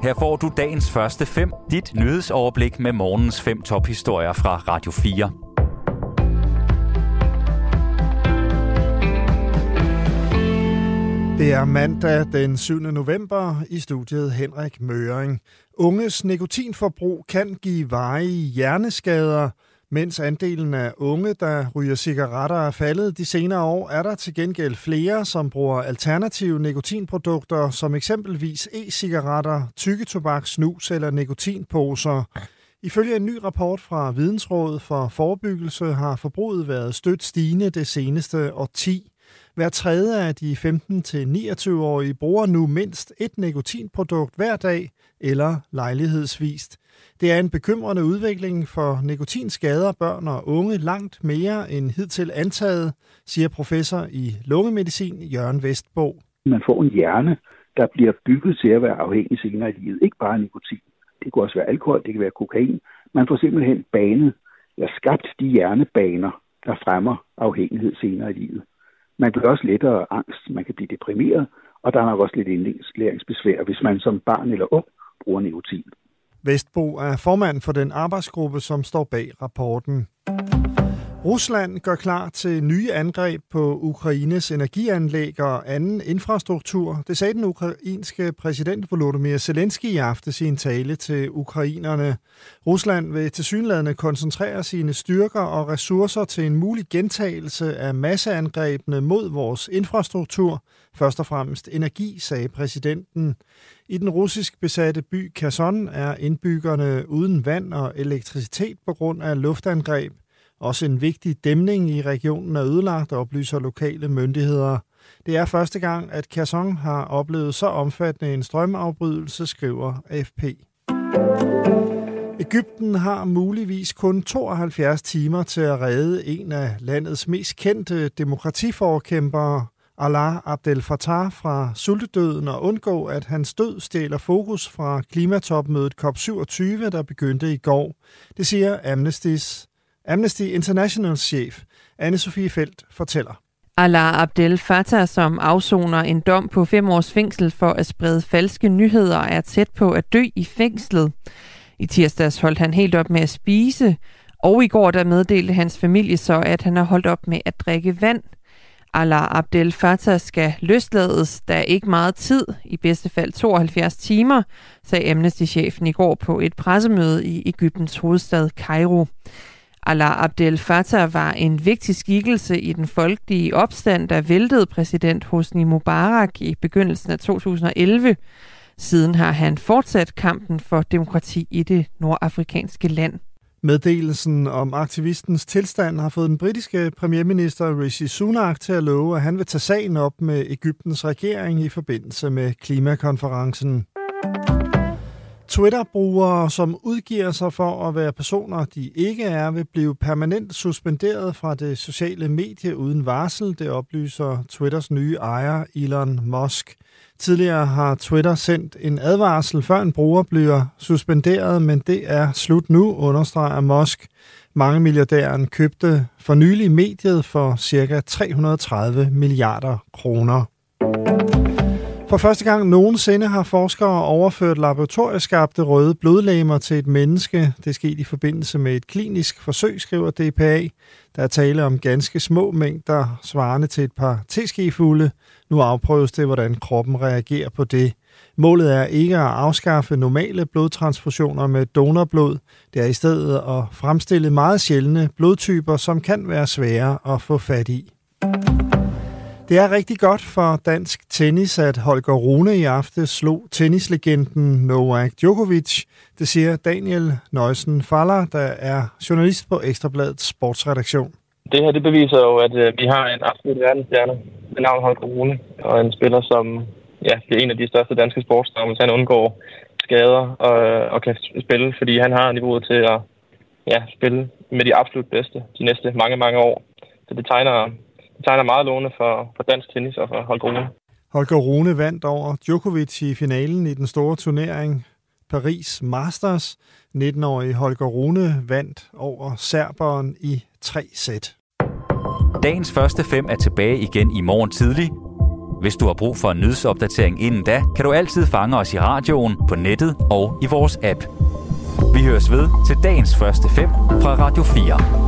Her får du dagens første 5, dit nyhedsoverblik med morgens 5 tophistorier fra Radio 4. Det er mandag den 7. november. I studiet Henrik Møring. Unges nikotinforbrug kan give varige hjerneskader. Mens andelen af unge, der ryger cigaretter, er faldet de senere år, er der til gengæld flere, som bruger alternative nikotinprodukter, som eksempelvis e-cigaretter, tyggetobak, snus eller nikotinposer. Ifølge en ny rapport fra Vidensrådet for Forebyggelse har forbruget været stødt stigende det seneste årti. Hver tredje af de 15-29-årige bruger nu mindst et nikotinprodukt hver dag eller lejlighedsvist. Det er en bekymrende udvikling, for nikotin skader børn og unge langt mere end hidtil antaget, siger professor i lungemedicin Jørgen Vestbo. Man får en hjerne, der bliver bygget til at være afhængig senere i livet. Ikke bare nikotin. Det kan også være alkohol, det kan være kokain. Man får simpelthen skabt de hjernebaner, der fremmer afhængighed senere i livet. Man bliver også lettere angst, man kan blive deprimeret, og der er nok også lidt indlæringsbesvær, hvis man som barn eller ung bruger nikotin. Vestbo er formand for den arbejdsgruppe, som står bag rapporten. Rusland gør klar til nye angreb på Ukraines energianlæg og anden infrastruktur. Det sagde den ukrainske præsident Volodymyr Zelensky i aftes i en tale til ukrainerne. Rusland vil tilsyneladende koncentrere sine styrker og ressourcer til en mulig gentagelse af masseangrebene mod vores infrastruktur. Først og fremmest energi, sagde præsidenten. I den russisk besatte by Kherson er indbyggerne uden vand og elektricitet på grund af luftangreb. Også en vigtig dæmning i regionen er ødelagt, oplyser lokale myndigheder. Det er første gang, at Kherson har oplevet så omfattende en strømafbrydelse, skriver AFP. Egypten har muligvis kun 72 timer til at redde en af landets mest kendte demokratiforkæmpere, Alaa Abdel Fattah, fra sultedøden og undgå, at hans død stjæler fokus fra klimatopmødet COP27, der begyndte i går. Det siger Amnesty Internationals chef, Anne-Sophie Feldt, fortæller. Alaa Abdel Fattah, som afsoner en dom på 5 års fængsel for at sprede falske nyheder, er tæt på at dø i fængslet. I tirsdags holdt han helt op med at spise, og i går der meddelte hans familie så, at han har holdt op med at drikke vand. Alaa Abdel Fattah skal løslades, der er ikke meget tid, i bedste fald 72 timer, sagde Amnesty-chefen i går på et pressemøde i Egyptens hovedstad Kairo. Alaa Abdel Fattah var en vigtig skikkelse i den folkelige opstand, der væltede præsident Hosni Mubarak i begyndelsen af 2011. Siden har han fortsat kampen for demokrati i det nordafrikanske land. Meddelelsen om aktivistens tilstand har fået den britiske premierminister Rishi Sunak til at love, at han vil tage sagen op med Egyptens regering i forbindelse med klimakonferencen. Twitter-brugere, som udgiver sig for at være personer, de ikke er, vil blive permanent suspenderet fra det sociale medie uden varsel, det oplyser Twitters nye ejer Elon Musk. Tidligere har Twitter sendt en advarsel, før en bruger bliver suspenderet, men det er slut nu, understreger Musk. Mange milliardæren købte for nylig mediet for ca. 330 milliarder kroner. For første gang nogensinde har forskere overført laboratorieskabte røde blodlegemer til et menneske. Det skete i forbindelse med et klinisk forsøg, skriver DPA. Der er tale om ganske små mængder, svarende til et par teskefulde. Nu afprøves det, hvordan kroppen reagerer på det. Målet er ikke at afskaffe normale blodtransfusioner med donorblod. Det er i stedet at fremstille meget sjældne blodtyper, som kan være svære at få fat i. Det er rigtig godt for dansk tennis, at Holger Rune i aften slog tennislegenden Novak Djokovic. Det siger Daniel Neusen Faller, der er journalist på Ekstra Bladets sportsredaktion. Det her det beviser jo, at vi har en absolut verdensstjerne med navn Holger Rune, og en spiller, som bliver en af de største danske sportsstjerner, hvis han undgår skader og kan spille, fordi han har niveauet til at spille med de absolut bedste de næste mange år. Så det tegner meget lovende for dansk tennis og for Holger Rune. Holger Rune vandt over Djokovic i finalen i den store turnering Paris Masters. 19-årige Holger Rune vandt over serberen i 3 sæt. Dagens første 5 er tilbage igen i morgen tidlig. Hvis du har brug for en nyhedsopdatering inden da, kan du altid fange os i radioen, på nettet og i vores app. Vi høres ved til dagens første 5 fra Radio 4.